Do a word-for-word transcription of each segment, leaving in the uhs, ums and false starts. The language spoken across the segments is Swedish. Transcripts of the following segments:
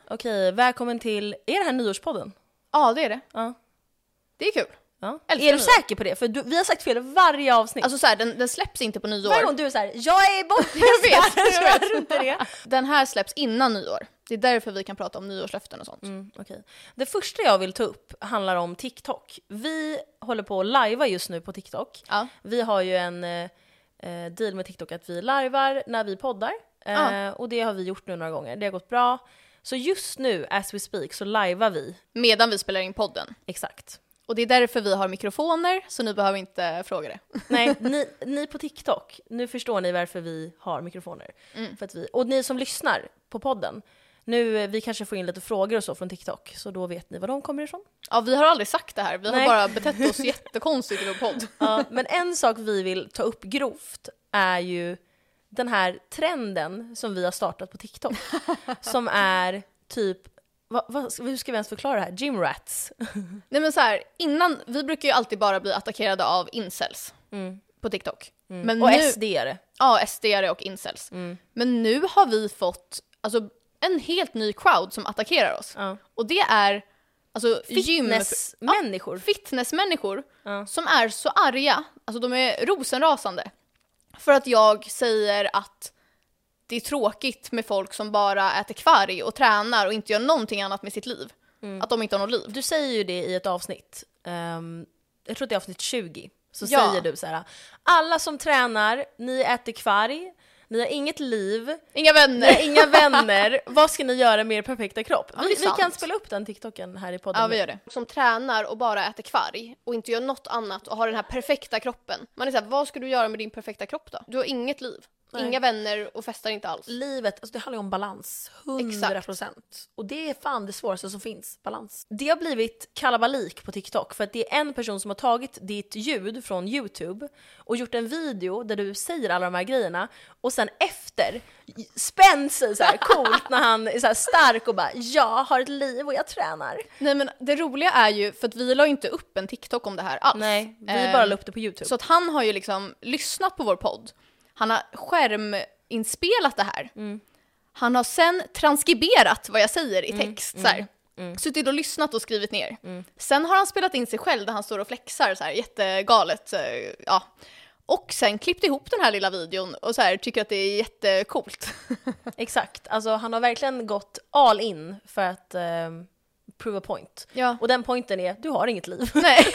Okej, välkommen till... Är det här nyårspodden? Ja, det är det. Ja. Det är kul. Ja. Är du nyår. säker på det? För du, vi har sagt fel varje avsnitt. Alltså så här, den, den släpps inte på nyår. Varje gång du är så här, jag är bort. jag vet, jag vet. Inte det. Den här släpps innan nyår. Det är därför vi kan prata om nyårslöften och sånt. Mm, okay. Det första jag vill ta upp handlar om TikTok. Vi håller på att lajva just nu på TikTok. Ja. Vi har ju en eh, deal med TikTok att vi lajvar när vi poddar. Eh, ja. Och det har vi gjort nu några gånger. Det har gått bra. Så just nu, as we speak, så lajvar vi. Medan vi spelar in podden. Exakt. Och det är därför vi har mikrofoner, så ni behöver inte fråga det. Nej, ni, ni på TikTok, nu förstår ni varför vi har mikrofoner. Mm. För att vi, och ni som lyssnar på podden, nu vi kanske får in lite frågor och så från TikTok, så då vet ni var de kommer ifrån. Ja, vi har aldrig sagt det här, vi Nej. har bara betett oss jättekonstigt i vår podd. Ja, men en sak vi vill ta upp grovt är ju den här trenden som vi har startat på TikTok. Som är typ, vad, vad, hur ska vi ens förklara det här? Gym rats. Nej men så här, innan, vi brukar ju alltid bara bli attackerade av incels Mm. på TikTok. Mm. Men och nu, S D-are. Ja, S D-are och incels. Mm. Men nu har vi fått alltså, en helt ny crowd som attackerar oss. Ja. Och det är alltså, Fitnessmänniskor. Ja, fitnessmänniskor Ja. som är så arga, alltså de är rosenrasande. För att jag säger att det är tråkigt med folk som bara äter kvarg och tränar och inte gör någonting annat med sitt liv. Mm. Att de inte har något liv. Du säger ju det i ett avsnitt. Um, jag tror att det är avsnitt tjugo. Så Ja. säger du så här: alla som tränar, ni äter kvarg, ni har inget liv, Inga ni vänner. har inga vänner. Vad ska ni göra med er perfekta kropp? Ja, vi, det är vi sant. kan spela upp den TikToken här i podden. Ja, vi gör det. Som tränar och bara äter kvarg och inte gör något annat och har den här perfekta kroppen. Man är så här, vad ska du göra med din perfekta kropp då? Du har inget liv. Nej. Inga vänner och festar inte alls. Livet, alltså det handlar ju om balans, hundra Exakt. procent. Och det är fan det svåraste som finns, balans. Det har blivit kalabalik på TikTok för att det är en person som har tagit ditt ljud från YouTube och gjort en video där du säger alla de här grejerna och sen efter spänn sig så här coolt när han är så här stark och bara, jag har ett liv och jag tränar. Nej men det roliga är ju, för att vi la ju inte upp en TikTok om det här alls. Nej, vi Ehm, bara la upp det på YouTube. Så att han har ju liksom lyssnat på vår podd. Han har skärminspelat det här. Mm. Han har sen transkriberat vad jag säger i Mm, text. mm, så här. mm. Suttit och lyssnat och skrivit ner. Mm. Sen har han spelat in sig själv där han står och flexar så här, jättegalet. Så, ja. Och sen klippt ihop den här lilla videon och så här, tycker att det är jättecoolt. Exakt, alltså han har verkligen gått all in för att um, prove a point. Ja. Och den pointen är, du har inget liv. Nej.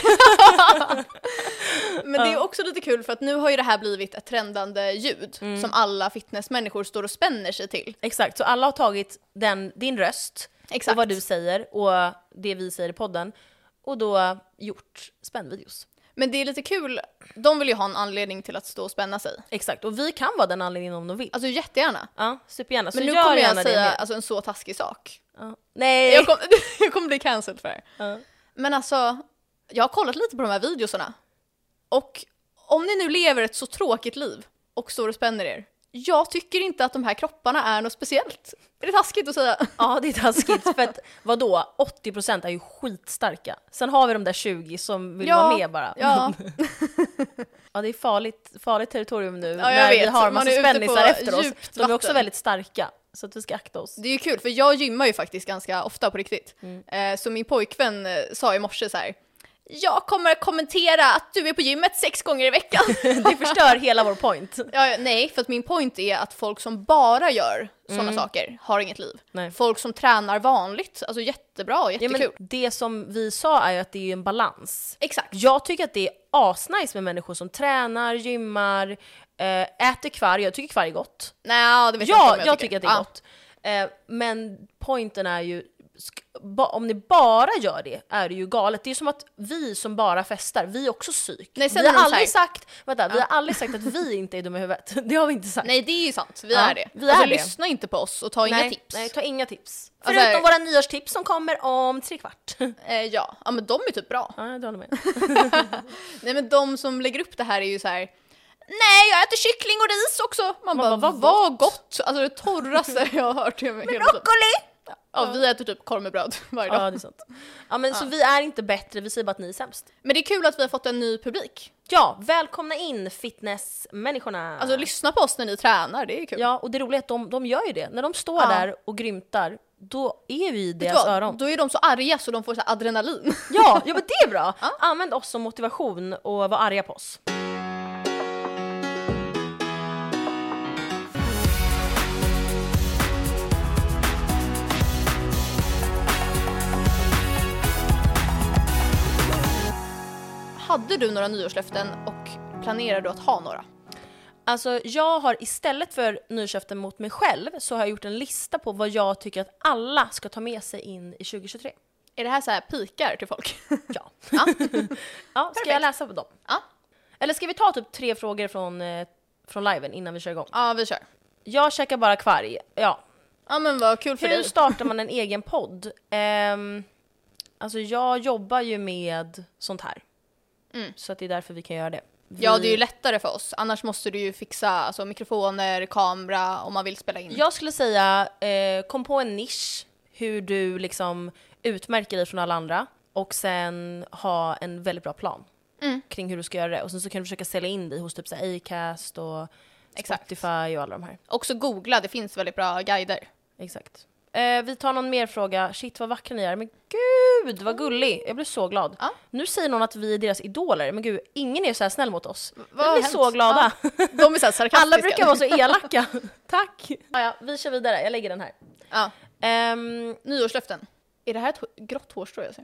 Men det är också lite kul för att nu har ju det här blivit ett trendande ljud Mm. som alla fitnessmänniskor står och spänner sig till. Exakt, så alla har tagit den, din röst Exakt. och vad du säger och det vi säger i podden och då gjort spännvideos. Men det är lite kul, de vill ju ha en anledning till att stå och spänna sig. Exakt, och vi kan vara den anledningen om de vill. Alltså jättegärna. Ja, supergärna. Så Men nu gör kommer gärna jag det säga med. alltså, en så taskig sak. Ja. Nej! Jag, kom, jag kommer bli cancelled för det. Ja. Men alltså, jag har kollat lite på de här videosarna. Och om ni nu lever ett så tråkigt liv och står och spänner er, jag tycker inte att de här kropparna är något speciellt. Är det taskigt att säga? Ja, det är taskigt. För att vadå, åttio procent är ju skitstarka. Sen har vi de där tjugo som vill Ja, vara med bara. Ja, Ja, det är farligt, farligt territorium nu jag när vet. vi har Man massa är ute spännisar på efter oss. djupt De är också vatten. väldigt starka, så att vi ska akta oss. det är ju kul för jag gymmar ju faktiskt ganska ofta på riktigt. Mm. Eh, så min pojkvän eh, sa i morse så här: jag kommer kommentera att du är på gymmet sex gånger i veckan. Det förstör hela vår point. Ja, ja, nej, för att min point är att folk som bara gör sådana saker har inget liv. Nej. Folk som tränar vanligt, alltså jättebra och Ja, jättekul. men det som vi sa är ju att det är en balans. Exakt. Jag tycker att det är asnice med människor som tränar, gymmar, äh, äter kvarg. Jag tycker kvarg är gott. Nej, det vet jag Ja, inte om jag, jag tycker att det är Ja. gott. Eh, men pointen är ju, sk- ba, om ni bara gör det är det ju galet. Det är som att vi som bara festar, vi är också psyk. Nej, sen vi är har de aldrig så här- sagt, vänta, vi har aldrig sagt att vi inte är dumma i huvudet. Det har vi inte sagt. Nej, det är ju sant. Vi Ja, är det. vi alltså, är det. lyssna inte på oss och ta nej, inga tips. Nej, ta inga tips. Alltså, Förutom våra nyårstips som kommer om tre kvart. Eh, ja. ja, men de är typ bra. Ja, jag håller med. Nej, men de som lägger upp det här är ju så här: nej, jag äter kyckling och ris också. Man, Man bara, bara, vad vad gott. Alltså det torraste jag har hört. Med Broccoli! Ja, vi äter typ korv med bröd varje dag. Ja, det är sant. Ja, men så vi är inte bättre, vi säger bara att ni är sämst. Men det är kul att vi har fått en ny publik. Ja, välkomna in fitnessmänniskorna. Alltså lyssna på oss när ni tränar, det är kul. Ja, och det roliga är att de, de gör ju det. När de står Ja. där och grymtar, då är vi i Vet du deras vad? öron. Då är de så arga så de får så här adrenalin. Ja, ja men det är bra. Ja. Använd oss som motivation och var arga på oss. Hade du några nyårslöften och planerar du att ha några? Alltså jag har istället för nyårslöften mot mig själv så har jag gjort en lista på vad jag tycker att alla ska ta med sig in i tjugo tjugotre. Är det här så här pikar till folk? Ja. Ja. Ja, ska jag läsa på dem? Ja. Eller ska vi ta typ tre frågor från, eh, från liven innan vi kör igång? Ja, vi kör. Jag käkar bara kvarg. Ja. Ja, men vad kul för Hur dig. startar man en egen podd? Ehm, alltså jag jobbar ju med sånt här. Mm. Så att det är därför vi kan göra det. Vi... Ja, det är ju lättare för oss. Annars måste du ju fixa alltså, mikrofoner, kamera om man vill spela in. Jag skulle säga, eh, kom på en nisch, hur du liksom utmärker dig från alla andra och sen ha en väldigt bra plan Mm. kring hur du ska göra det. Och sen så kan du försöka sälja in dig hos typ så här Acast och Exakt. Spotify och alla de här. Också googla, det finns väldigt bra guider. Exakt. Eh, vi tar någon mer fråga. Shit vad vackra ni är. Men gud vad gullig. Jag blir så glad. Ja. Nu säger någon att vi är deras idoler. Men gud, ingen är så här snäll mot oss. vad Vi har blir hänt? så glada. De är så här sarkastiska. Alla brukar vara så elaka. Tack. Ja, ja, vi kör vidare. Jag lägger den här. Ja. Ehm, Nyårslöften. Är det här ett h- grått hårstrå jag ser?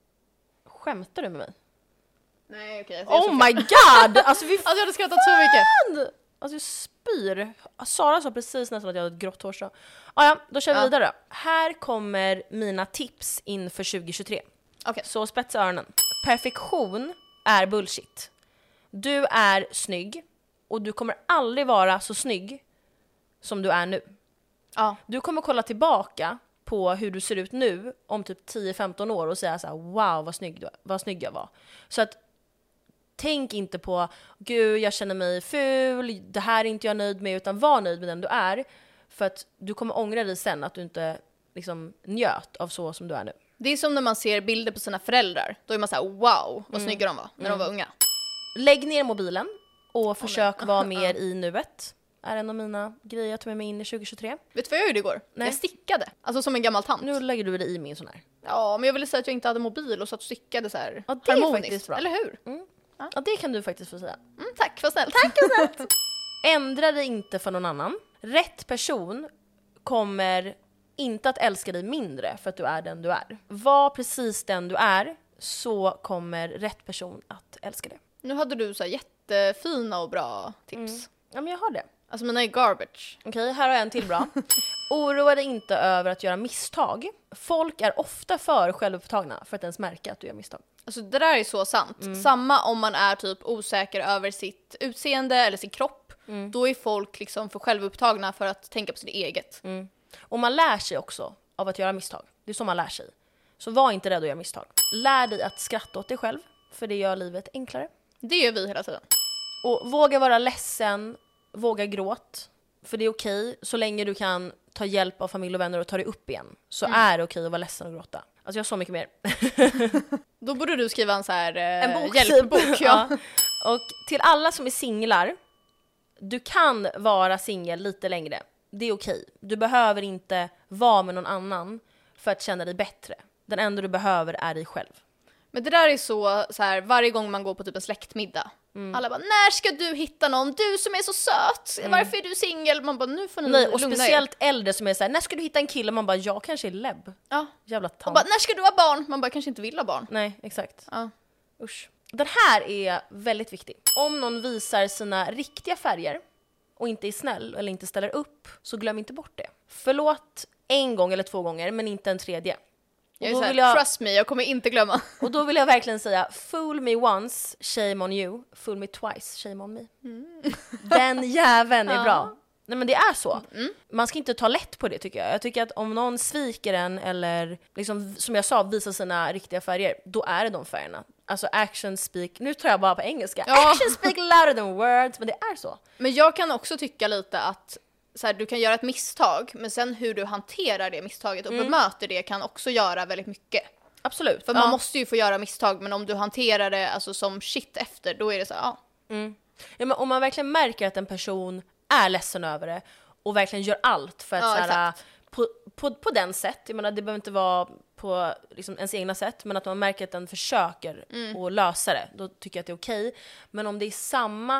skämtar du med mig? Nej, okej. Oh my god! Alltså vi Alltså jag hade skrattat så mycket. Alltså jag spyr. Sara sa precis nästan att jag hade ett grått hårstrå. Ah, ja, då kör vi Ja. vidare. Här kommer mina tips inför tjugo tjugotre. Okej. Så spetsa öronen. Perfektion är bullshit. Du är snygg och du kommer aldrig vara så snygg som du är nu. Ja. Du kommer kolla tillbaka på hur du ser ut nu om typ tio femton år och säga så här: wow vad snygg, du, vad snygg jag var. Så att tänk inte på gud jag känner mig ful, det här är inte jag nöjd med, utan var nöjd med den du är. För att du kommer ångra dig sen att du inte liksom njöt av så som du är nu. Det är som när man ser bilder på sina föräldrar. Då är man så här: wow vad snygga de var när de var unga. Lägg ner mobilen och försök nej. vara mer i nuet. Är en av mina grejer jag tar med mig in i tjugo tjugotre. Vet du vad jag gjorde igår? Nej. Jag stickade. Alltså som en gammal tant. Nu lägger du det i min sån här. Ja, men jag ville säga att jag inte hade mobil och så att stickade så här Ja, det är harmoniskt. faktiskt bra. Eller hur? Ja, det kan du faktiskt få säga. Mm, tack, vad snällt. Tack och snällt. Ändra dig inte för någon annan. Rätt person kommer inte att älska dig mindre för att du är den du är. Var precis den du är, så kommer rätt person att älska dig. Nu hade du så här jättefina och bra tips. Mm. Ja, men jag har det. Alltså mina är garbage. Okej, här har jag en till bra. Oroa dig inte över att göra misstag. Folk är ofta för självupptagna för att ens märka att du gör misstag. Alltså det där är så sant. Mm. Samma om man är typ osäker över sitt utseende eller sin kropp. Mm. Då är folk liksom för självupptagna för att tänka på sitt eget. Mm. Och man lär sig också av att göra misstag. Det är så man lär sig. Så var inte rädd att göra misstag. Lär dig att skratta åt dig själv, för det gör livet enklare. Det gör vi hela tiden. Och våga vara ledsen, våga gråt. För det är okej, så länge du kan ta hjälp av familj och vänner och ta dig upp igen. Så Mm. är det okej att vara ledsen och gråta. Alltså jag har så mycket mer. Då borde du skriva en så här eh, En bok, hjälpbok. typ. Ja. Ja. Och till alla som är singlar, du kan vara singel lite längre. Det är okej. Du behöver inte vara med någon annan för att känna dig bättre. Den enda du behöver är dig själv. Men det där är så, så här, varje gång man går på typ en släktmiddag. Mm. Alla bara, när ska du hitta någon? Du som är så söt! Varför är du singel? Man bara, nu får ni Nej, och lugna speciellt äldre som är såhär, när ska du hitta en kille? Man bara, jag kanske är lebb. er. Ja. Jävla Och tant. bara, när ska du ha barn? Man bara, kanske inte vill ha barn. Nej, exakt. Ja. Usch. Den här är väldigt viktig. Om någon visar sina riktiga färger och inte är snäll eller inte ställer upp, så glöm inte bort det. Förlåt en gång eller två gånger, men inte en tredje. Jag är Och så då, här, vill jag, trust me, jag kommer inte glömma. och då vill jag verkligen säga, fool me once, shame on you. Fool me twice, shame on me. Den jäveln är Ja. bra. Nej, men det är så. Mm. Man ska inte ta lätt på det, tycker jag. Jag tycker att om någon sviker en eller liksom, som jag sa, visar sina riktiga färger, då är det de färgerna. Alltså action speak, nu tror jag bara på engelska. Ja. Action speak louder than words, men det är så. Men jag kan också tycka lite att så här, du kan göra ett misstag, men sen hur du hanterar det misstaget och Mm. bemöter det kan också göra väldigt mycket. Absolut. För ja. man måste ju få göra misstag, men om du hanterar det alltså, som shit efter, då är det så här, ja. Mm. Ja, men om man verkligen märker att en person är ledsen över det och verkligen gör allt för att Ja, så här, exakt. på, på, på den sätt, jag menar det behöver inte vara på liksom ens egna sätt, men att man märker att den försöker Mm. att lösa det, då tycker jag att det är okej. Men om det är samma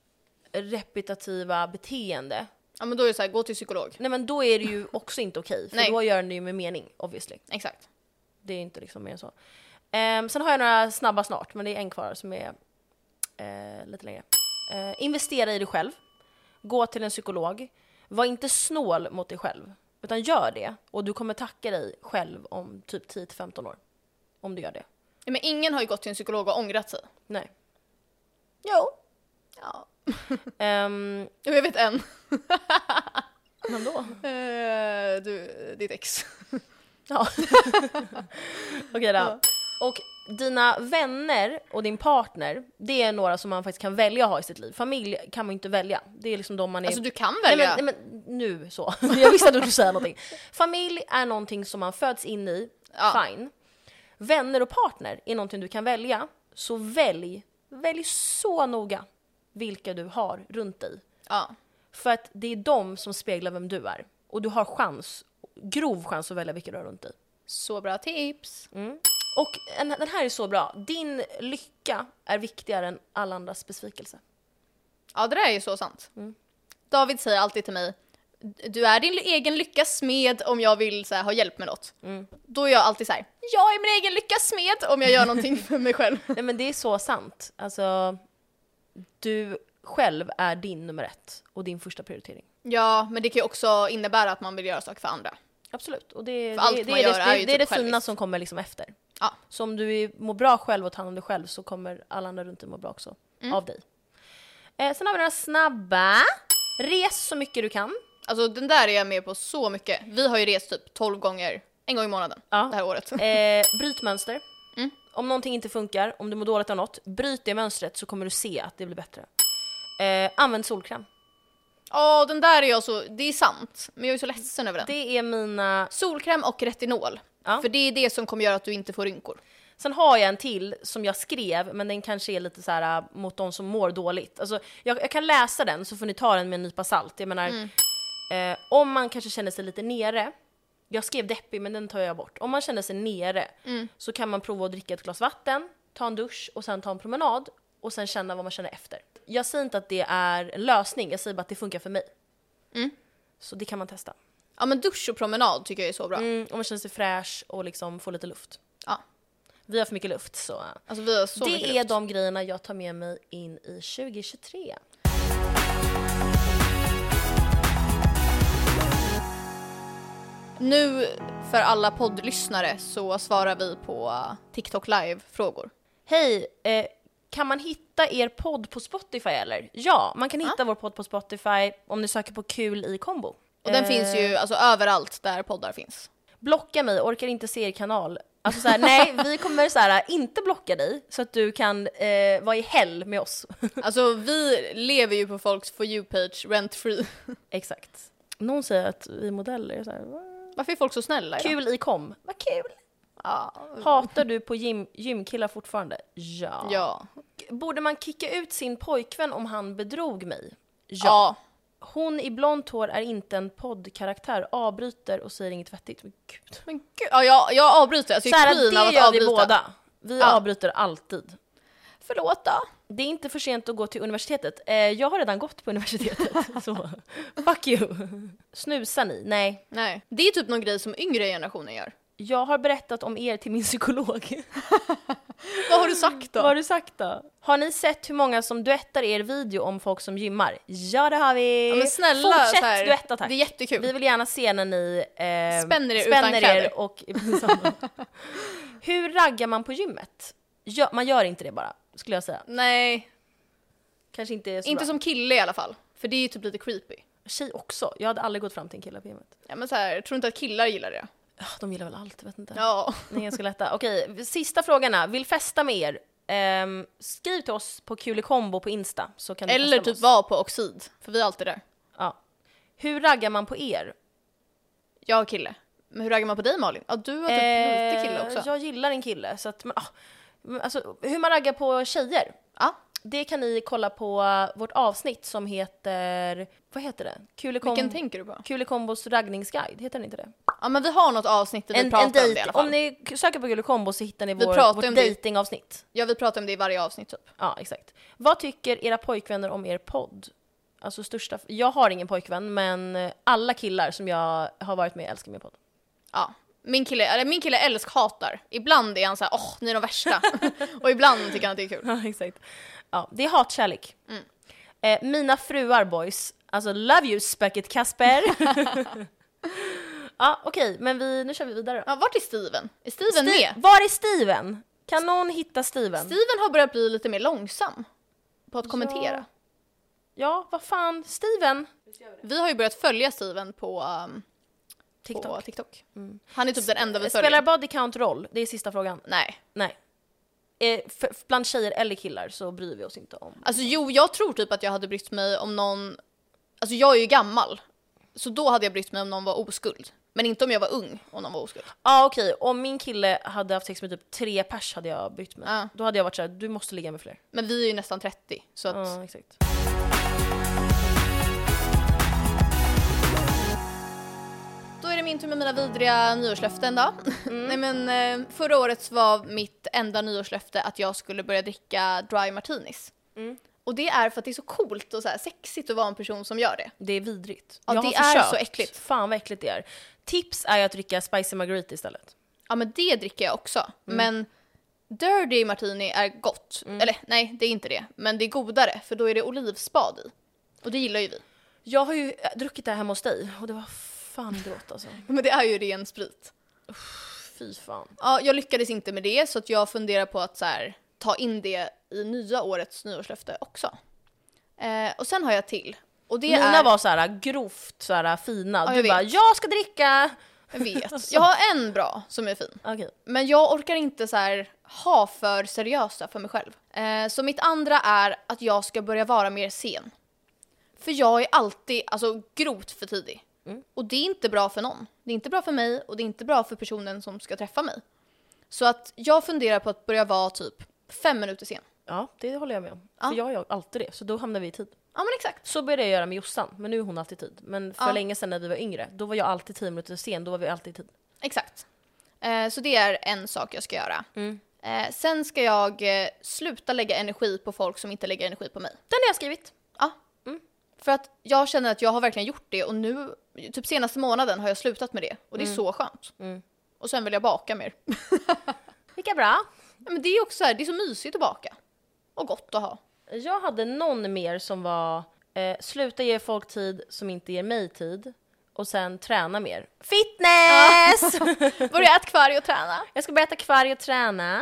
repetitiva beteende, Ja, men då är det så här, gå till psykolog. nej men då är det ju också inte okej, för Nej. då gör den det ju med mening, obviously. Exakt. Det är inte liksom mer än så. Ehm, sen har jag några snabba snart, men det är en kvar som är eh, lite längre. Eh, investera i dig själv. Gå till en psykolog. Var inte snål mot dig själv, utan gör det. Och du kommer tacka dig själv om typ tio till femton år. Om du gör det. Ja, men ingen har ju gått till en psykolog och ångrat sig. Nej. Jo. Ja. Ehm, Jo, jag vet en. men då? Eh, du, ditt ex. Ja. Okej då. Ja. Och dina vänner och din partner, det är några som man faktiskt kan välja att ha i sitt liv. Familj kan man inte välja. Det är liksom de man är... Alltså du kan Nej välja. men, nej men nu så. Jag visste att du skulle säga någonting. Familj är någonting som man föds in i. Ja. Fine. Vänner och partner är någonting du kan välja. Så välj, välj så noga vilka du har runt dig. Ja. För att det är de som speglar vem du är. Och du har chans, grov chans att välja vilka du har runt dig. Så bra tips. Mm. Och en, den här är så bra. Din lycka är viktigare än alla andras besvikelse. Ja, det där är ju så sant. Mm. David säger alltid till mig, du är din egen lyckas smed om jag vill så här, ha hjälp med något. Mm. Då är jag alltid så här, jag är min egen lyckas smed om jag gör någonting för mig själv. Nej men det är så sant. Alltså, du själv är din nummer ett och din första prioritering. Ja, men det kan ju också innebära att man vill göra saker för andra. Absolut. Och det, För det, allt det, man är, gör det, är det, ju det är typ det fina själviskt. som kommer liksom efter. Ja. Så om du är- mår bra själv och tar hand om dig själv så kommer alla andra runt dig må bra också. Mm. Av dig. Eh, sen har vi några snabba. Res så mycket du kan. Alltså den där är jag med på så mycket. Vi har ju rest typ tolv gånger, en gång i månaden Ja. det här året. Eh, bryt mönster. Mm. Om någonting inte funkar, om du mår dåligt av något, bryt det mönstret så kommer du se att det blir bättre. Eh, använd solkräm. Ja, den där är jag så, det är sant. Men jag är så ledsen över den. Det är mina... Solkräm och retinol. Ja. För det är det som kommer göra att du inte får rynkor. Sen har jag en till som jag skrev, men den kanske är lite så här äh, mot de som mår dåligt. Alltså, jag, jag kan läsa den så får ni ta den med en nypa salt. Jag menar, Mm. eh, om man kanske känner sig lite nere, jag skrev deppig men den tar jag bort. Om man känner sig nere Mm. så kan man prova att dricka ett glas vatten, ta en dusch och sen ta en promenad och sen känna vad man känner efter. Jag säger inte att det är en lösning, jag säger bara att det funkar för mig. Mm. Så det kan man testa. Ja, men dusch och promenad tycker jag är så bra. Mm, om man känner sig fräsch och liksom får lite luft. Ja. Vi har för mycket luft så... Alltså vi har så mycket Det är luft. de grejerna jag tar med mig in i tjugo tjugotre. Nu för alla poddlyssnare så svarar vi på uh, TikTok live-frågor. Hej, eh, kan man hitta er podd på Spotify eller? Ja, man kan hitta vår podd på Spotify om ni söker på Kul i kombo. Och den Eh, finns ju alltså överallt där poddar finns. Blocka mig, orkar inte se er kanal. Alltså så här, nej, vi kommer så här, inte blocka dig så att du kan eh, vara i hell med oss. Alltså vi lever ju på folks For You-page rent free. Exakt. Någon säger att vi är modeller. Så här, "Va? Varför är folk så snälla idag? Kul i kom, vad kul. Ja. Hatar du på gym, gymkillar fortfarande? Ja. Ja. Borde man kicka ut sin pojkvän om han bedrog mig? Ja. Ja. Hon i blont hår är inte en poddkaraktär, avbryter och säger inget vettigt. Men gud. Men gud, ja, jag, jag avbryter. Alltså, Så jag är här, queen av det att gör vi avbryta. båda. Vi Ja. avbryter alltid. Förlåt då. Det är inte för sent att gå till universitetet. Eh, jag har redan gått på universitetet. Så fuck you. Snusar ni? Nej. Nej. Det är typ någon grej som yngre generationer gör. Jag har berättat om er till min psykolog. Vad har du sagt då? Vad har du sagt då? Har ni sett hur många som duettar er video om folk som gymmar? Ja, det har vi! Ja, men snälla, Fortsätt så här, duetta, tack. det är jättekul. Vi vill gärna se när ni eh, Spänner er utan kläder. och hur raggar man på gymmet? Ja, man gör inte det bara, skulle jag säga. Nej, Kanske inte är så inte bra. som kille i alla fall. För det är ju typ lite creepy. Tjej också. Jag hade aldrig gått fram till en kille på gymmet. Ja, men så här, jag tror inte att killar gillar det. Ah, de gillar väl allt, vet inte. Ja. Ni är ganska lätta. Okej, sista frågorna. Vill festa med er? Ehm, skriv till oss på Kulikombo på Insta så kan ni Eller festa med typ oss. vara på Oxid. För vi är alltid där. Ja. Hur raggar man på er? Jag har kille. Men hur raggar man på dig Malin? Ja, du har typ lite kille också. Jag gillar en kille så att men, ah, Alltså hur man raggar på tjejer. Ja. Det kan ni kolla på vårt avsnitt som heter, vad heter det? Kulekom- Vilken tänker du på? Kulekombos raggningsguide, heter den inte det? Ja, men vi har något avsnitt där vi En, pratar en om det i date, alla fall. om ni söker på Kulekombo så hittar ni Vi vår, pratar vårt om det. datingavsnitt. Ja, vi pratar om det i varje avsnitt typ. Ja, exakt. Vad tycker era pojkvänner om er podd? Alltså största, jag har ingen pojkvän, men alla killar som jag har varit med älskar min podd. Ja. Min kille, eller min kille älsk-hatar. Ibland är han så här, åh, ni är de värsta. Och ibland tycker han att det är kul. Ja, exakt. Ja, det är hatkärlek. Mm. Eh, mina fruar boys, alltså love you Spöket Kasper. Ja, okej, okay, men vi, nu kör vi vidare. Ja, vart är Steven? Är Steven Sti- med? Var är Steven? Kan någon hitta Steven? Steven har börjat bli lite mer långsam på att kommentera. Ja, vad fan, Steven? Vi har ju börjat följa Steven på, um, TikTok. på TikTok. Mm. Han är typ den enda vi följer. Spelar body count roll? Det är sista frågan. Nej. Nej. Eh, för, bland tjejer eller killar så bryr vi oss inte om. Alltså jo, jag tror typ att jag hade brytt mig om någon... Alltså jag är ju gammal. Så då hade jag brytt mig om någon var oskuld. Men inte om jag var ung och någon var oskuld. Ja, ah, okej. Okay. Om min kille hade haft sex med typ tre pers hade jag brytt mig. Ja. Då hade jag varit såhär, du måste ligga med fler. Men vi är ju nästan trettio. Så att... Ja, exakt. Då är det min tur med mina vidriga nyårslöften då. Mm. Nej men eh, förra året var mitt enda nyårslöfte att jag skulle börja dricka dry martinis. Mm. Och det är för att det är så coolt och så här sexigt att vara en person som gör det. Det är vidrigt. Ja, jag det har är försökt. så äckligt. Fan vad äckligt det är. Tips är att dricka spicy margarita istället. Ja men det dricker jag också. Mm. Men dirty martini är gott. Mm. Eller nej, det är inte det. Men det är godare för då är det olivspad i. Och det gillar ju vi. Jag har ju druckit det här hemma hos dig och det var fan gott alltså. Men det är ju ren sprit. Uff, fy fan. Ja, jag lyckades inte med det så att jag funderar på att så här, ta in det i nya årets nyårslöfte också. Eh, och sen har jag till. Och det Mina är... var så här grovt så här fina. Ja, du jag bara, vet. jag ska dricka. Jag vet. Jag har en bra som är fin. Okay. Men jag orkar inte så här ha för seriösa för mig själv. Eh, så mitt andra är att jag ska börja vara mer sen. För jag är alltid alltså grovt för tidig. Mm. Och det är inte bra för någon. Det är inte bra för mig och det är inte bra för personen som ska träffa mig. Så att jag funderar på att börja vara typ fem minuter sen. Ja, det håller jag med om. Ja. För jag gör alltid det, så då hamnar vi i tid. Ja, men exakt. Så började jag göra med Jossan, men nu är hon alltid i tid. Men för Ja. länge sedan när vi var yngre, då var jag alltid tio minuter sen, då var vi alltid i tid. Exakt. Eh, så det är en sak jag ska göra. Mm. Eh, sen ska jag eh, sluta lägga energi på folk som inte lägger energi på mig. Den har jag skrivit. Ja. Mm. För att jag känner att jag har verkligen gjort det och nu, typ senaste månaden har jag slutat med det. Och det är Mm. så skönt. Mm. Och sen vill jag baka mer. Vilka bra. Ja, men det är också så här, det är så mysigt att baka. Och gott att ha. Jag hade någon mer som var eh, sluta ge folk tid som inte ger mig tid. Och sen träna mer. Fitness! Börja äta kvarg och träna. Jag ska börja äta kvarg och träna.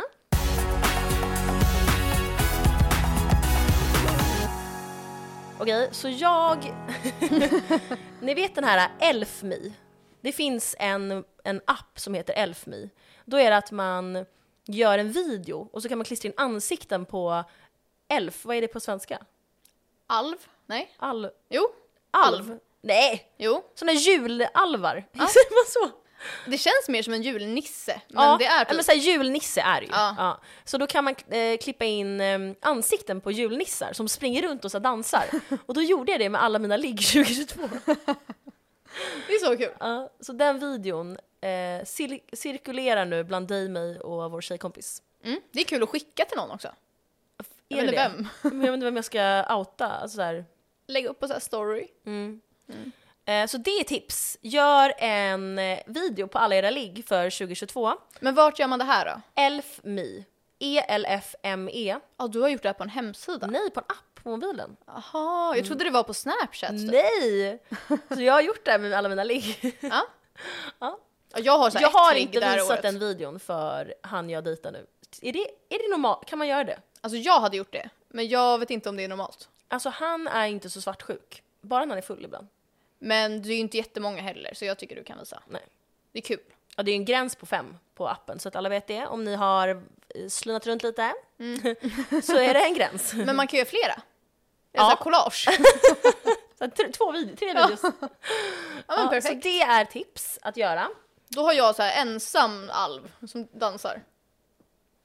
Okej, så jag... Ni vet den här Elfme. Det finns en, en app som heter Elfme. Då är det att man gör en video och så kan man klistra in ansikten på elf. Vad är det på svenska? Alv? Nej. Alv? Jo. Alv? Alv. Nej! Jo. Såna julalvar. Ja. Säger man så? Det känns mer som en julnisse. Men Ja, det är typ... men så här, julnisse är det ju. Ja. Ja. Så då kan man eh, klippa in eh, ansikten på julnissar som springer runt och så dansar. Och då gjorde jag det med alla mina ligg tjugohundratjugotvå. Det är så kul. Ja, så den videon eh, cir- cirkulerar nu bland dig, mig och vår tjejkompis. Mm. Det är kul att skicka till någon också. Är Jag vet det inte vem. Men jag vet inte vem jag ska outa. Alltså så här. Lägga upp på så här story. Mm. Mm. Eh, så det är tips. Gör en eh, video på alla era ligg för tjugohundratjugotvå. Men vart gör man det här då? Elfme. E L F M E. Ja, du har gjort det här på en hemsida. Nej, på en app på mobilen. Jaha, jag trodde det var på Snapchat. Typ. Nej! Så jag har gjort det här med alla mina ligg. Ja. Ja. Ja, jag har, så här Jag ett har ligg inte det här visat året. den videon för han jag dejtar nu. Är det, är det normalt? Kan man göra det? Alltså jag hade gjort det, men jag vet inte om det är normalt. Alltså han är inte så svartsjuk. Bara när han är full ibland. Men det är ju inte jättemånga heller, så jag tycker du kan visa. Nej. Det är kul. Ja, det är ju en gräns på fem på appen, så att alla vet det. Om ni har slunat runt lite Mm. så är det en gräns. Men man kan göra flera. Ja. Ja. Så här collage. Så t- två videos, tre videos. Ja, men Ja, så perfekt. det är tips att göra. Då har jag så här ensam alv som dansar.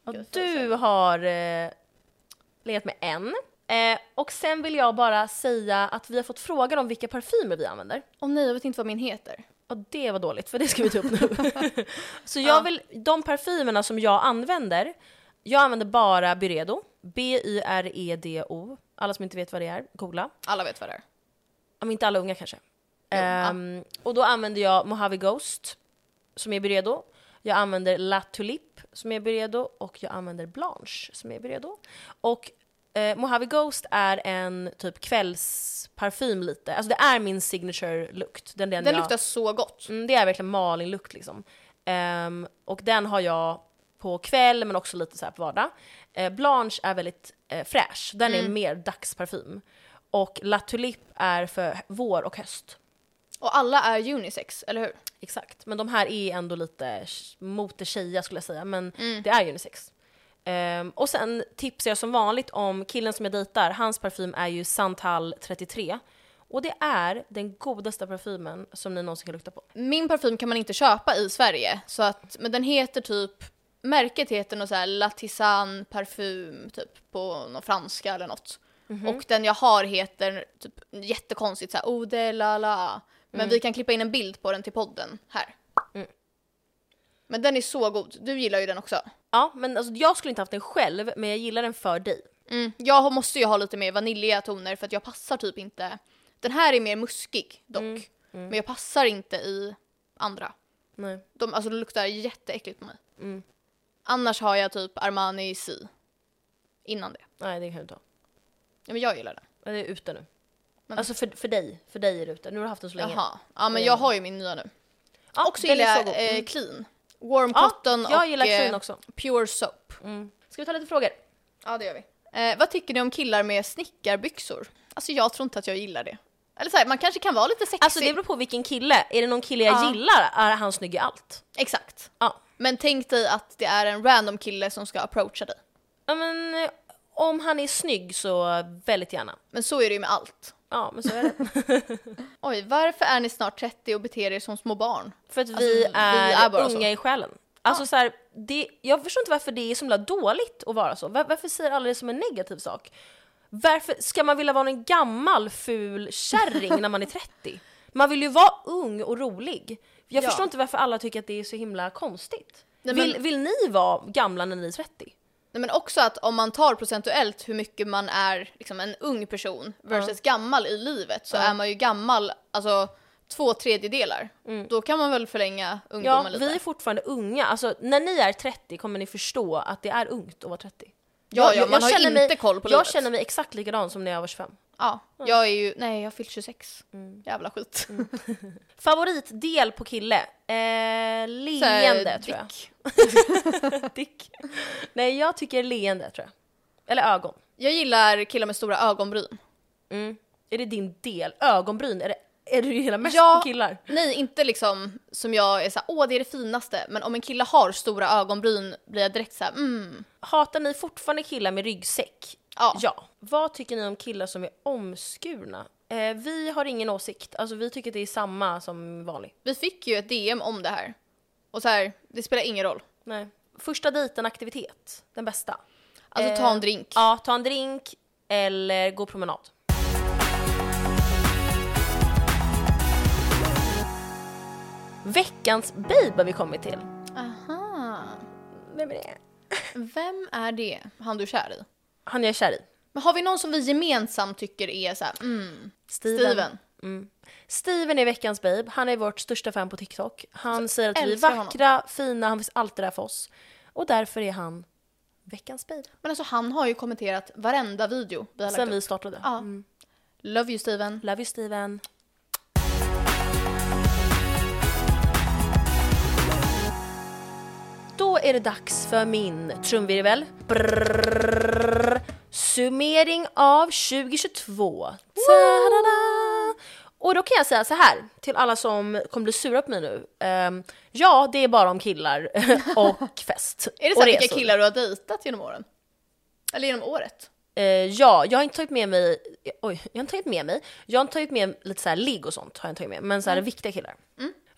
Och du har eh, legat med en. Eh, och sen vill jag bara säga att vi har fått frågan om vilka parfymer vi använder. Åh nej, jag vet inte vad min heter. Och det var dåligt, för det ska vi ta upp nu. Så jag vill, de parfymerna som jag använder, jag använder bara Byredo. B Y R E D O. Alla som inte vet vad det är, googla. Alla vet vad det är. Om inte alla unga kanske. Jo, um, ja. Och då använder jag Mojave Ghost, som är Byredo. Jag använder La Tulipe, som är Byredo. Och jag använder Blanche, som är Byredo. Och eh, Mojave Ghost är en typ kvällsparfym lite. Alltså det är min signature lukt. Den, den, den jag, luktar så gott. Mm, det är verkligen Malin-lukt liksom. Um, och den har jag på kväll, men också lite så här på vardag. Eh, Blanche är väldigt eh, fräsch. Den mm. är mer dagsparfym. Och La Tulipe är för vår och höst. Och alla är unisex, eller hur? Exakt. Men de här är ändå lite mot det tjeja skulle jag säga. Men mm. det är unisex. Um, och sen tipsar jag som vanligt om killen som jag dejtar. Hans parfym är ju Santal trettiotre. Och det är den godaste parfymen som ni någonsin kan lukta på. Min parfym kan man inte köpa i Sverige. Så att, men den heter typ... Märket heter något så här La Tisane parfym typ på någon franska eller något. Mm-hmm. Och den jag har heter typ jättekonstigt så här Eau de la la. Men mm. vi kan klippa in en bild på den till podden här. Mm. Men den är så god. Du gillar ju den också. Ja, men alltså, jag skulle inte haft den själv, men jag gillar den för dig. Mm. Jag måste ju ha lite mer vaniljiga toner för att jag passar typ inte. Den här är mer muskig dock. Mm. Mm. Men jag passar inte i andra. Nej. De, alltså det luktar jätteäckligt på mig. Mm. Annars har jag typ Armani C. Innan det. Nej, det kan jag inte ha. Ja, men jag gillar den. Men det är ute nu. Men... Alltså för, för dig. För dig är det ute. Nu har du haft den så länge. Jaha. Ja, men jag har ju min nya nu. Ja, också gillar jag eh, Clean. Warm ja, Cotton jag och gillar Clean eh, också. Pure Soap. Mm. Ska vi ta lite frågor? Ja, det gör vi. Eh, vad tycker ni om killar med snickarbyxor? Alltså jag tror inte att jag gillar det. Eller så här, man kanske kan vara lite sexig. Alltså det beror på vilken kille. Är det någon kille jag ja. gillar är han snygg i allt. Exakt. Ja. Men tänk dig att det är en random kille som ska approacha dig. Ja, men om han är snygg så väldigt gärna. Men så är det ju med allt. Ja, men så är det. Oj, varför är ni snart trettio och beter er som små barn? För att vi, alltså, är, vi är unga så. i själen. Alltså ja. så här, det, jag förstår inte varför det är så himla dåligt att vara så. Var, varför säger alla det som en negativ sak? Varför ska man vilja vara en gammal ful kärring när man är trettio? Man vill ju vara ung och rolig. Jag ja. förstår inte varför alla tycker att det är så himla konstigt. Nej, men... vill, vill ni vara gamla när ni är trettio? Nej, men också att om man tar procentuellt hur mycket man är liksom en ung person versus ja. gammal i livet så ja. är man ju gammal, alltså två tredjedelar. Mm. Då kan man väl förlänga ungdomen ja, lite. Vi är fortfarande unga. Alltså när ni är trettio kommer ni förstå att det är ungt att vara trettio. Ja, ja, man jag har känner inte mig, koll på Jag livet. känner mig exakt likadan som när jag var tjugofem. Ja, mm. jag är ju, nej jag har fyllt tjugosex. Mm. Jävla skit. Mm. Favoritdel på kille? Eh, leende tror jag. Dick. Nej, jag tycker leende tror jag. Eller ögon. Jag gillar killar med stora ögonbryn. Mm. Är det din del? Ögonbryn? Är det, är det hela mest ja, på killar? Nej, inte liksom som jag är såhär, åh det är det finaste. Men om en kille har stora ögonbryn blir jag direkt såhär, mm. Hatar ni fortfarande killar med ryggsäck? Ja. ja. Vad tycker ni om killar som är omskurna? Eh, vi har ingen åsikt. Alltså vi tycker att det är samma som vanligt. Vi fick ju ett D M om det här. Och så här, det spelar ingen roll. Nej. Första dejten aktivitet, den bästa. Alltså ta en drink. Eh, ja, ta en drink eller gå promenad. Veckans babe har vi kommit till. Aha. Vem är det? Vem är det? Han du är kär i? Han jag är kär i. Men har vi någon som vi gemensamt tycker är så här, mm, Steven. Steven. Mm. Steven är veckans babe. Han är vårt största fan på TikTok. Han så säger att vi är vackra, honom. fina, han finns alltid där för oss. Och därför är han veckans babe. Men alltså han har ju kommenterat varenda video vi har lagt sen upp. vi startade. Ja. Mm. Love you Steven. Love you Steven. Då är det dags för min trumvirvel. Brrrr. Summering av tjugohundratjugotvå. Ta-da-da. Och då kan jag säga så här till alla som kommer bli sura på mig nu. Um, ja, det är bara om killar och fest. Är det så vilka killar du har dejtat genom åren? Eller genom året? Uh, ja, jag har inte tagit med mig Oj, jag har inte tagit med mig Jag har inte tagit med lite så här ligg och sånt har jag inte tagit med. Men så här mm. viktiga killar. mm.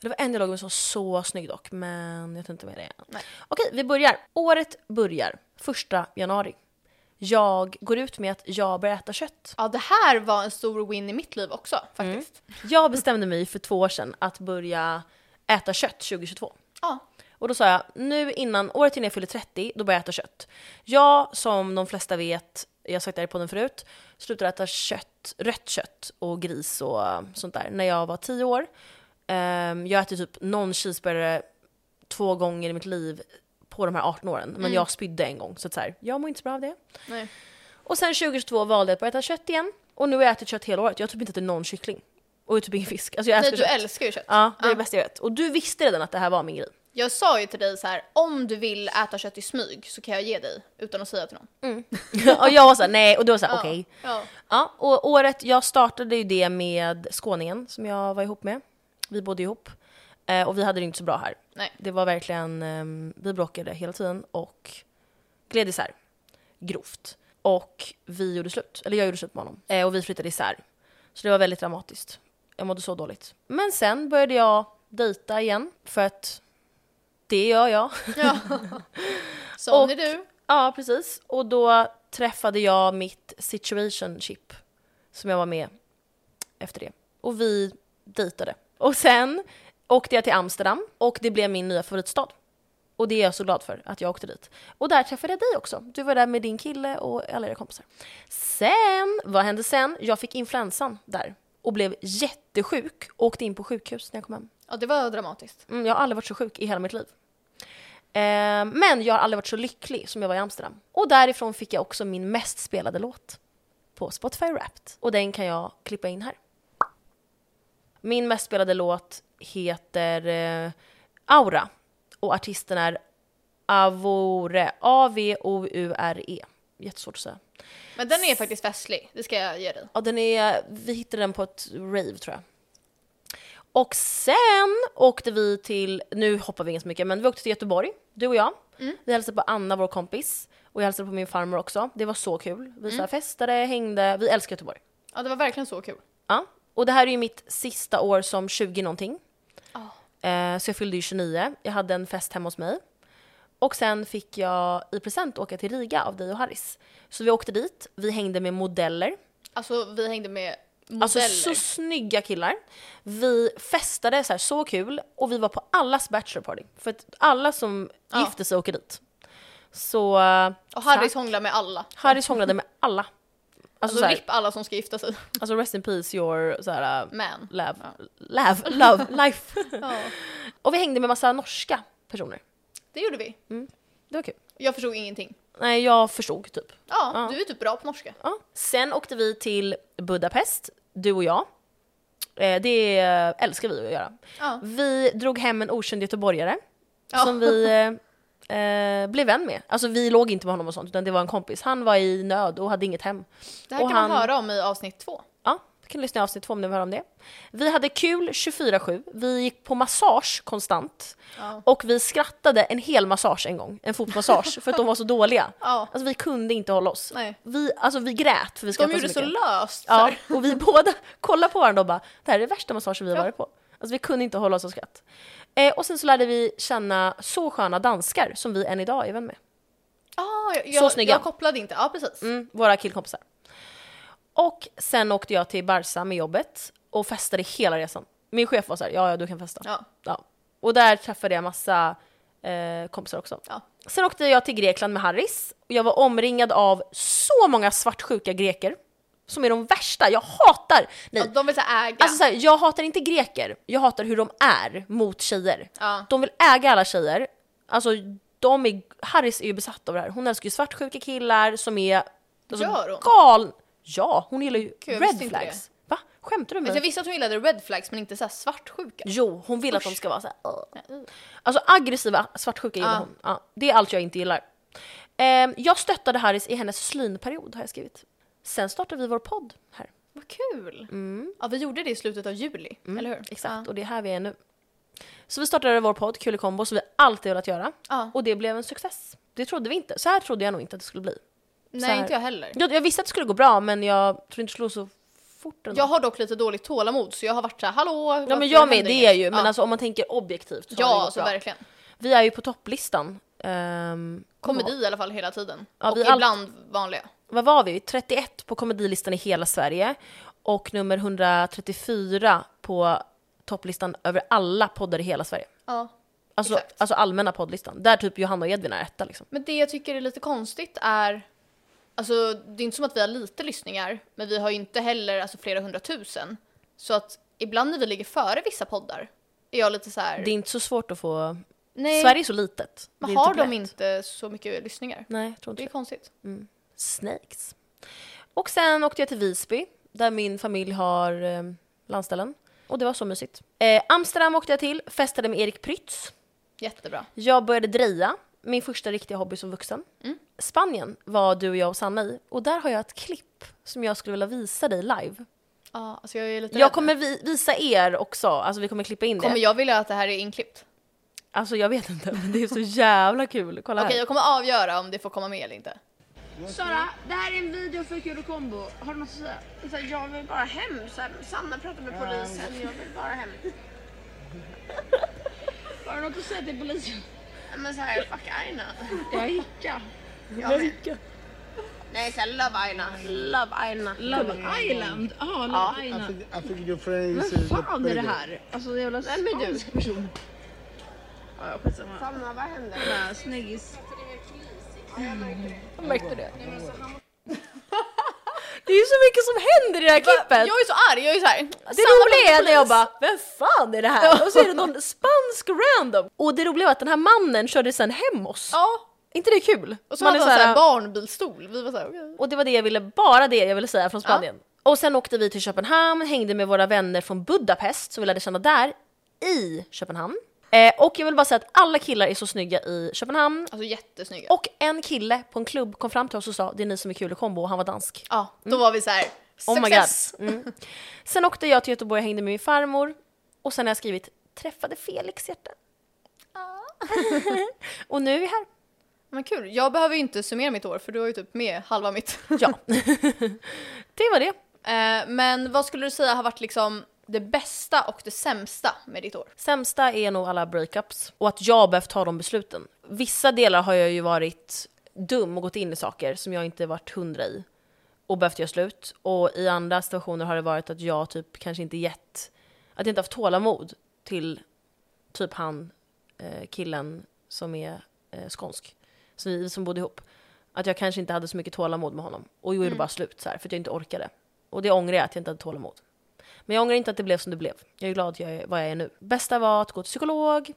Det var en dialog som var så snygg dock, men jag tar inte med det. Nej. Okej, vi börjar. Året börjar första januari. Jag går ut med att jag börjar äta kött. Ja, det här var en stor win i mitt liv också, faktiskt. Mm. Jag bestämde mig för två år sedan att börja äta kött tjugohundratjugotvå. Ja. Och då sa jag, nu innan, året innan jag fyller trettio, då börjar jag äta kött. Jag, som de flesta vet, jag har sagt det här på den förut, slutade äta kött, rött kött och gris och sånt där när jag var tio år. Um, jag äter typ någon cheeseburgare två gånger i mitt liv på de här arton åren. Men Mm. jag spydde en gång, så att så här, jag mår inte så bra av det. Nej. Och sen tjugohundratjugotvå valde jag att börja äta kött igen. Och nu har jag ätit kött hela året. Jag har typ inte ätit någon kyckling. Och typ ingen fisk. Alltså jag älskar Nej, du kött. älskar ju kött. Ja, det är Ja. det bästa jag vet. Och du visste redan att det här var min grej. Jag sa ju till dig så här: om du vill äta kött i smyg så kan jag ge dig utan att säga till någon. Och jag var såhär, nej. Och du var såhär, Ja. okej. Ja. Ja, och året, jag startade ju det med skåningen som jag var ihop med. Vi bodde ihop. Eh, och vi hade det inte så bra här. Nej. Det var verkligen, eh, vi bråkade hela tiden och gled isär. Grovt. Och vi gjorde slut, eller jag gjorde slut med honom. Eh, och vi flyttade isär. Så det var väldigt dramatiskt. Jag mådde så dåligt. Men sen började jag dejta igen, för att det gör jag. Ja. Sån Och- är du. Ja, precis. Och då träffade jag mitt situationship som jag var med efter det. Och vi dejtade. Och sen åkte jag till Amsterdam och det blev min nya favoritstad. Och det är jag så glad för, att jag åkte dit. Och där träffade jag dig också. Du var där med din kille och alla era kompisar. Sen, vad hände sen? Jag fick influensan där och blev jättesjuk. Åkte in på sjukhus när jag kom hem. Ja, det var dramatiskt. Mm, jag har aldrig varit så sjuk i hela mitt liv. Eh, men jag har aldrig varit så lycklig som jag var i Amsterdam. Och därifrån fick jag också min mest spelade låt på Spotify Wrapped. Och den kan jag klippa in här. Min mest spelade låt heter eh, Aura. Och artisten är Avore. A V O U R E. Jättesvårt att säga. Men den är faktiskt festlig, det ska jag ge dig. Ja, den är, vi hittade den på ett rave tror jag. Och sen åkte vi till, nu hoppar vi inte så mycket, men vi åkte till Göteborg, du och jag. Mm. Vi hälsade på Anna, vår kompis. Och jag hälsade på min farmor också. Det var så kul. Vi så här festade, hängde. Vi älskar Göteborg. Ja, det var verkligen så kul. Ja. Och det här är ju mitt sista år som tjugo någonting. Oh. Eh, så jag fyllde ju tjugonio. Jag hade en fest hemma hos mig. Och sen fick jag i present åka till Riga av dig och Harris. Så vi åkte dit. Vi hängde med modeller. Alltså, vi hängde med modeller. Alltså så snygga killar. Vi festade så här, så kul. Och vi var på allas bachelorparty. För att alla som Ja. gifte sig åker dit. Så uh, Och Harris hånglar med alla. Harris hånglade med alla. Alltså, Alltså, så här, ripp alla som ska gifta sig. alltså rest in peace your så här, uh, Man. love, love, love, life. Ja, Och vi hängde med massa norska personer. det gjorde vi. Det var kul. Jag förstod ingenting. Nej, jag förstod typ. Ja, Ja. du är typ bra på norska. Ja. Sen åkte vi till Budapest, du och jag. Eh, det älskar vi att göra. Ja. Vi drog hem en okänd göteborgare Ja. som vi eh, eh, blev vän med. Alltså vi låg inte med honom och sånt, utan det var en kompis. Han var i nöd och hade inget hem. Det här Och kan man han- höra om i avsnitt två. Ja, du kan lyssna i avsnitt två om du vill höra om det. Vi hade kul tjugofyra sju. Vi gick på massage konstant. Ja. Och vi skrattade en hel massage en gång. En fotmassage. För att de var så dåliga. Ja. Alltså vi kunde inte hålla oss. Nej. Vi, alltså vi grät för vi De skrattade gjorde så så mycket. löst. så Ja, här. och vi båda kollade på varandra och bara, det här är det värsta massagen vi har Ja. varit på. Alltså vi kunde inte hålla oss av skratt. Eh, och sen så lärde vi känna så sköna danskar som vi än idag är vän med. Ah, jag, Så jag, snygga. jag kopplade inte. Ja, precis. Mm, våra killkompisar. Och sen åkte jag till Barca med jobbet och festade hela resan. Min chef var så här, ja, ja du kan festa. Ja. Ja. Och där träffade jag massa eh, kompisar också. Ja. Sen åkte jag till Grekland med Harris. Och jag var omringad av så många svartsjuka greker. Som är de värsta. Jag hatar... Nej. Ja, de vill så här äga. Alltså så här, jag hatar inte greker. Jag hatar hur de är mot tjejer. Ja. De vill äga alla tjejer. Alltså de är... Harris är ju besatt av det här. Hon älskar ju svartsjuka killar som är... Alltså, Gör hon? gal... Ja, hon gillar ju jag visste red inte flags. Va? Skämtar du med Men mig? jag visste att hon gillade red flags men inte så här svartsjuka. Jo, hon vill att de Usch. ska vara så här. "Ugh." Nej. Alltså aggressiva svartsjuka gillar Ja. hon. Ja, det är allt jag inte gillar. Ehm, jag stöttade Harris i hennes slynperiod har jag skrivit. Sen startade vi vår podd här. Vad kul. Ja, vi gjorde det i slutet av juli, eller hur? Exakt, och det är här vi är nu. Så vi startade vår podd, Kul i kombo, som vi alltid velat göra. Ja. Och det blev en success. Det trodde vi inte. Så här trodde jag nog inte att det skulle bli. Nej, här. inte jag heller. Jag, jag visste att det skulle gå bra, men jag tror inte det skulle gå så fort ändå. Jag har dock lite dåligt tålamod så jag har varit så här, hallå. Ja men jag med det är ju, men ja. alltså om man tänker objektivt så ja, har det gått alltså bra. Verkligen. Vi är ju på topplistan. Um, Komedi i alla fall hela tiden. Ja, och vi ibland allt... vanliga. Vad var vi? trettioett på komedilistan i hela Sverige och nummer etthundratrettiofyra på topplistan över alla poddar i hela Sverige. Ja. Alltså, alltså allmänna poddlistan. Där typ Johanna och Edvin är etta liksom. Men det jag tycker är lite konstigt är, alltså det är inte som att vi har lite lyssningar, men vi har ju inte heller alltså, flera hundratusen. Så att ibland när vi ligger före vissa poddar är jag lite så här. Det är inte så svårt att få... Nej. Sverige är så litet. Men har de inte så mycket lyssningar? Nej, jag tror inte det. är det. konstigt. Mm. Snakes. Och sen åkte jag till Visby, där min familj har eh, landställen. Och det var så mysigt. Eh, Amsterdam åkte jag till, festade med Erik Prytz. Jättebra. Jag började dreja, min första riktiga hobby som vuxen. Mm. Spanien var du och jag och Sanna i. Och där har jag ett klipp som jag skulle vilja visa dig live. Ja, alltså jag är lite Jag rädd. kommer vi- visa er också, alltså vi kommer klippa in det. Kommer jag vilja att det här är inklippt? Alltså jag vet inte, men det är så jävla kul. Kolla Okej, här. jag kommer avgöra om det får komma med eller inte. Sara, det här är en video för Kul och Kombo. Har du något att säga? Så här, jag vill bara hem. Så här, Sanna pratar med polisen. Jag vill bara hem. Har du något att säga till polisen? Men så här, fuck Aina. Jag hickar. Jag hickar. Nej, så här, love Aina. Love Aina. Love Island? Ah, Love Ja. Aina. I think, I think your friends Vem is fan är det better. här? Alltså jävla Vem är du? spansk person. Ja, ja, skitsamma. Sanna, vad händer? Nej, sneggis. Jag märkte det. Det är ju så mycket som händer i det här klippet. Jag är så arg, jag är så här. Det roliga är när jag bara, vem fan är det här? Och så är det någon spansk random. Och det roliga var att den här mannen körde sen hem oss. Ja, inte det kul? och så Man hade är han så så här- här barnbilstol. Vi var så här, okej. Och det var det jag ville, bara det jag ville säga från Spanien. Och sen åkte vi till Köpenhamn, hängde med våra vänner från Budapest som vi lärde känna där i Köpenhamn. Eh, och jag vill bara säga att alla killar är så snygga i Köpenhamn. Alltså jättesnygga. Och en kille på en klubb kom fram till oss och sa, det är ni som är kul i kombo, och han var dansk. Ja, då var vi så här. Oh my Success. god. Mm. Sen åkte jag till Göteborg och hängde med min farmor. Och sen har jag skrivit, träffade Felix hjärta. Och nu är vi här. Men kul, jag behöver ju inte summera mitt år för du har ju typ med halva mitt. Ja, det var det. Eh, men vad skulle du säga har varit liksom det bästa och det sämsta med ditt år? Sämsta är nog alla breakups och att jag behövt ta de besluten. Vissa delar har jag ju varit dum och gått in i saker som jag inte varit hundra i och behövt göra slut. Och i andra situationer har det varit att jag typ kanske inte gett, att jag inte haft tålamod till typ han, eh, killen som är eh, skånsk, som vi som bodde ihop. Att jag kanske inte hade så mycket tålamod med honom och gjorde Mm. bara slut så här för att jag inte orkade. Och det ångrar jag, att jag inte hade tålamod. Men jag ångrar inte att det blev som det blev. Jag är glad att jag är vad jag är nu. Bästa var att gå till psykolog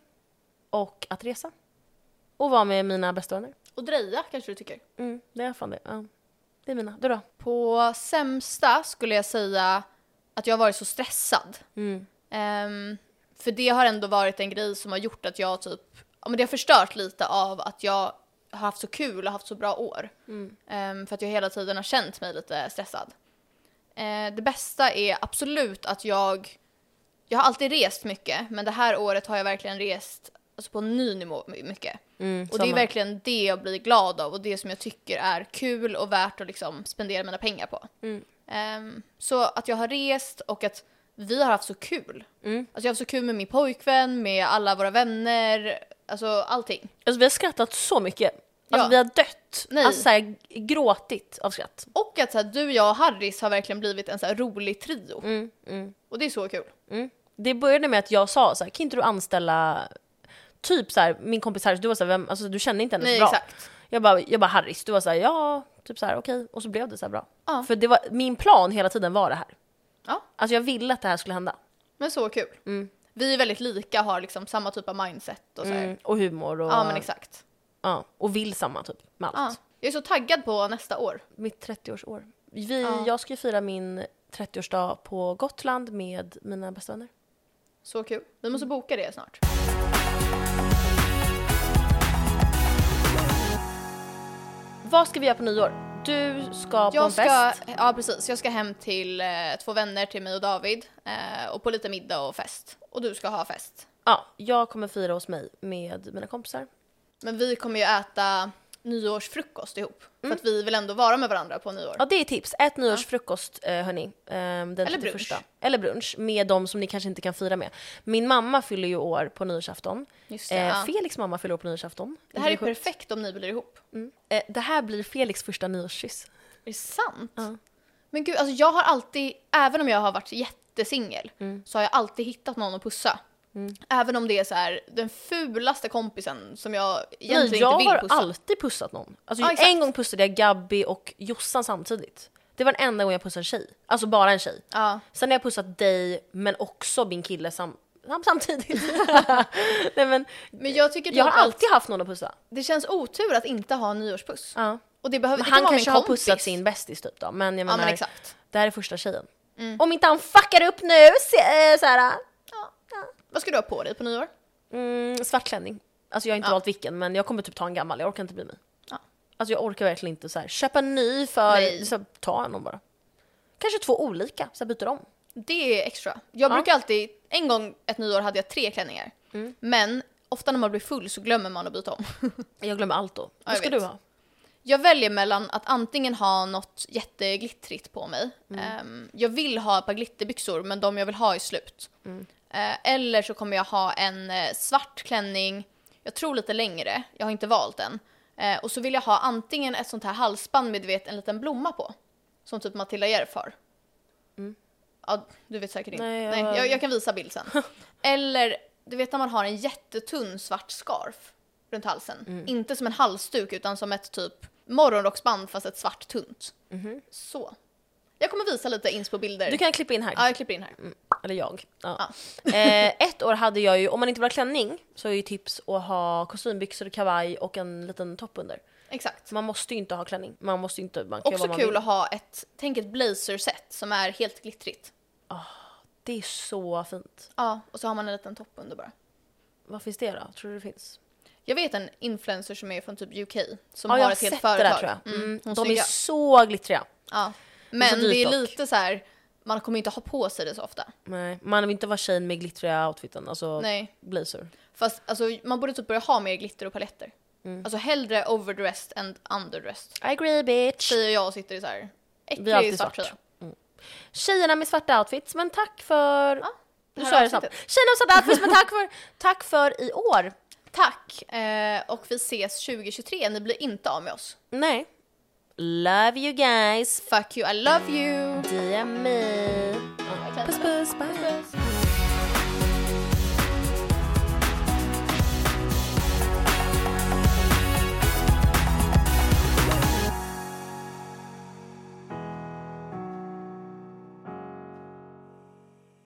och att resa. Och vara med mina bästa vänner. Och dreja kanske du tycker? Mm, det är fan det. Ja. Det är mina. Du då? På sämsta skulle jag säga att jag har varit så stressad. Mm. Ehm, för det har ändå varit en grej som har gjort att jag typ, ja men det har förstört lite av att jag har haft så kul och haft så bra år. Mm. Ehm, för att jag hela tiden har känt mig lite stressad. Ehm, det bästa är absolut att jag, jag har alltid rest mycket, men det här året har jag verkligen rest alltså på en ny nivå mycket. Mm, Och det är samma. verkligen det jag blir glad av och det som jag tycker är kul och värt att liksom spendera mina pengar på. Mm. Ehm, så att jag har rest och att vi har haft så kul. Mm. Alltså jag har haft så kul med min pojkvän, med alla våra vänner, alltså allting. Alltså vi har skrattat så mycket. Alltså Ja. vi har dött. Nej. Alltså så här, gråtit av skratt. Och att så här, du, jag och Harris har verkligen blivit en så här rolig trio. Mm, mm, Och det är så kul. mm. Det började med att jag sa så här, kan inte du anställa typ så här, min kompis Harris, du var så här, vem, alltså du känner inte henne Nej, så bra. exakt. Jag bara, jag bara Harris, du var så här, ja, typ så här, okej. Och så blev det så här bra. Ja. För det var, min plan hela tiden var det här. Ja. Alltså jag ville att det här skulle hända. Men så kul. Mm. Vi är väldigt lika, har liksom samma typ av mindset och så här. Mm. Och humor och, Ja men exakt. ja, och vill samma typ med allt. Ja. Jag är så taggad på nästa år. Mitt trettioårsår. Vi, Ja. Jag ska ju fira min trettioårsdag på Gotland med mina bästa vänner. Så kul. Vi måste boka det snart. Vad ska vi göra på nyår? Du ska på en Jag ska, fest. ja precis, jag ska hem till eh, två vänner till mig och David eh, och på lite middag och fest. Och du ska ha fest. Ja, jag kommer fira hos mig med mina kompisar. Men vi kommer ju äta nyårsfrukost ihop. För att vi vill ändå vara med varandra på nyår. Ja, det är tips. Ät nyårsfrukost, ja. hörni. Den Eller brunch. Eller brunch. Med de som ni kanske inte kan fira med. Min mamma fyller ju år på nyårsafton. Just det, eh, ja. Felix mamma fyller år på nyårsafton. Det här är sjukt. perfekt om ni blir ihop. Mm. Eh, det här blir Felix första nyårskyss. Är det sant? Ja. Men gud, alltså jag har alltid, även om jag har varit jättesingel, Mm. så har jag alltid hittat någon att pussa. Mm. Även om det är så här den fulaste kompisen som jag egentligen Nej, jag inte vill har pussa. alltid pussat någon. Alltså, Ja, exakt. en gång pussade jag Gabby och Jossan samtidigt. Det var den enda gången jag pussade en tjej. Alltså bara en tjej. Ja. Sen har jag pussat dig, men också min kille sam- sam- samtidigt. Nej, men Men jag tycker jag har typ att alltid haft någon att pussa. det känns otur att inte ha en nyårspuss. Ja. Och det behöver Men det han kan vara kanske min har kompis. pussat sin bästis typ då. Men jag Ja, menar, men exakt. det här är första tjejen. Om inte han fuckar upp nu, se, äh, så här. Vad ska du ha på dig på nyår? Mm, svart klänning. Alltså jag har inte Ja. valt vilken, men jag kommer typ ta en gammal. Jag orkar inte bli mig. Ja. Alltså jag orkar verkligen inte så här köpa en ny för Nej. så ta en bara. Kanske två olika, så jag byter om. Det är extra. Jag Ja. brukar alltid, en gång ett nyår hade jag tre klänningar. Mm. Men ofta när man blir full så glömmer man att byta om. Jag glömmer allt då. Vad jag ska vet. du ha? Jag väljer mellan att antingen ha något jätteglittrigt på mig. Mm. Ehm, jag vill ha ett par glitterbyxor, men de jag vill ha är slut. Mm. Eh, eller så kommer jag ha en eh, svart klänning, jag tror lite längre, jag har inte valt än. Eh, och så vill jag ha antingen ett sånt här halsband med, du vet, en liten blomma på. Som typ Matilda Järf har. Mm. Ja, du vet säkert inte. Nej, jag- Nej, jag, jag kan visa bild sen. Eller, du vet när man har en jättetunn svart scarf runt halsen. Mm. Inte som en halsduk utan som ett typ morgonrocksband fast ett svart tunt. Mhm. Så. Jag kommer visa lite inspo-bilder. Du kan klippa in här. Ja, jag klipper in här. Mm. Eller jag. Ja. eh, ett år hade jag ju, om man inte vill ha klänning, så är ju tips att ha kostymbyxor, kavaj och en liten topp under. Exakt. Man måste ju inte ha klänning. Man måste ju inte, man kan ju Också vara vad man kul vill. att ha ett, tänk ett blazer-set som är helt glittrigt. Det är så fint. Ja, och så har man en liten topp under bara. Vad finns det då? Tror du det finns? Jag vet en influencer som är från typ U K som Ja, jag har har ett helt sett företag. det där tror jag. Mm, Mm. hon De är snygga. så glittriga. Ja. så Men dyrt det är dock. lite så här, man kommer inte ha på sig det så ofta. Nej, man vill inte vara tjejen med glittriga outfiten, alltså Nej. blazer. Fast alltså, man borde typ börja ha mer glitter och paletter. Mm. Alltså hellre overdressed än underdressed. I agree bitch. Säger jag och sitter i så här Vi har äcklig alltid svart svart. tröja. Tjejerna med svarta outfits, men tack för... Ja, nu det sa här jag det snabbt. avsnittet. Tjejerna med svarta outfits, men tack för, tack för i år. Tack! Eh, och vi ses tjugo tjugotre, ni blir inte av med oss. Nej. Love you guys. Fuck you, I love you! D M me. Jag kan Puss inte. puss, bye. Puss.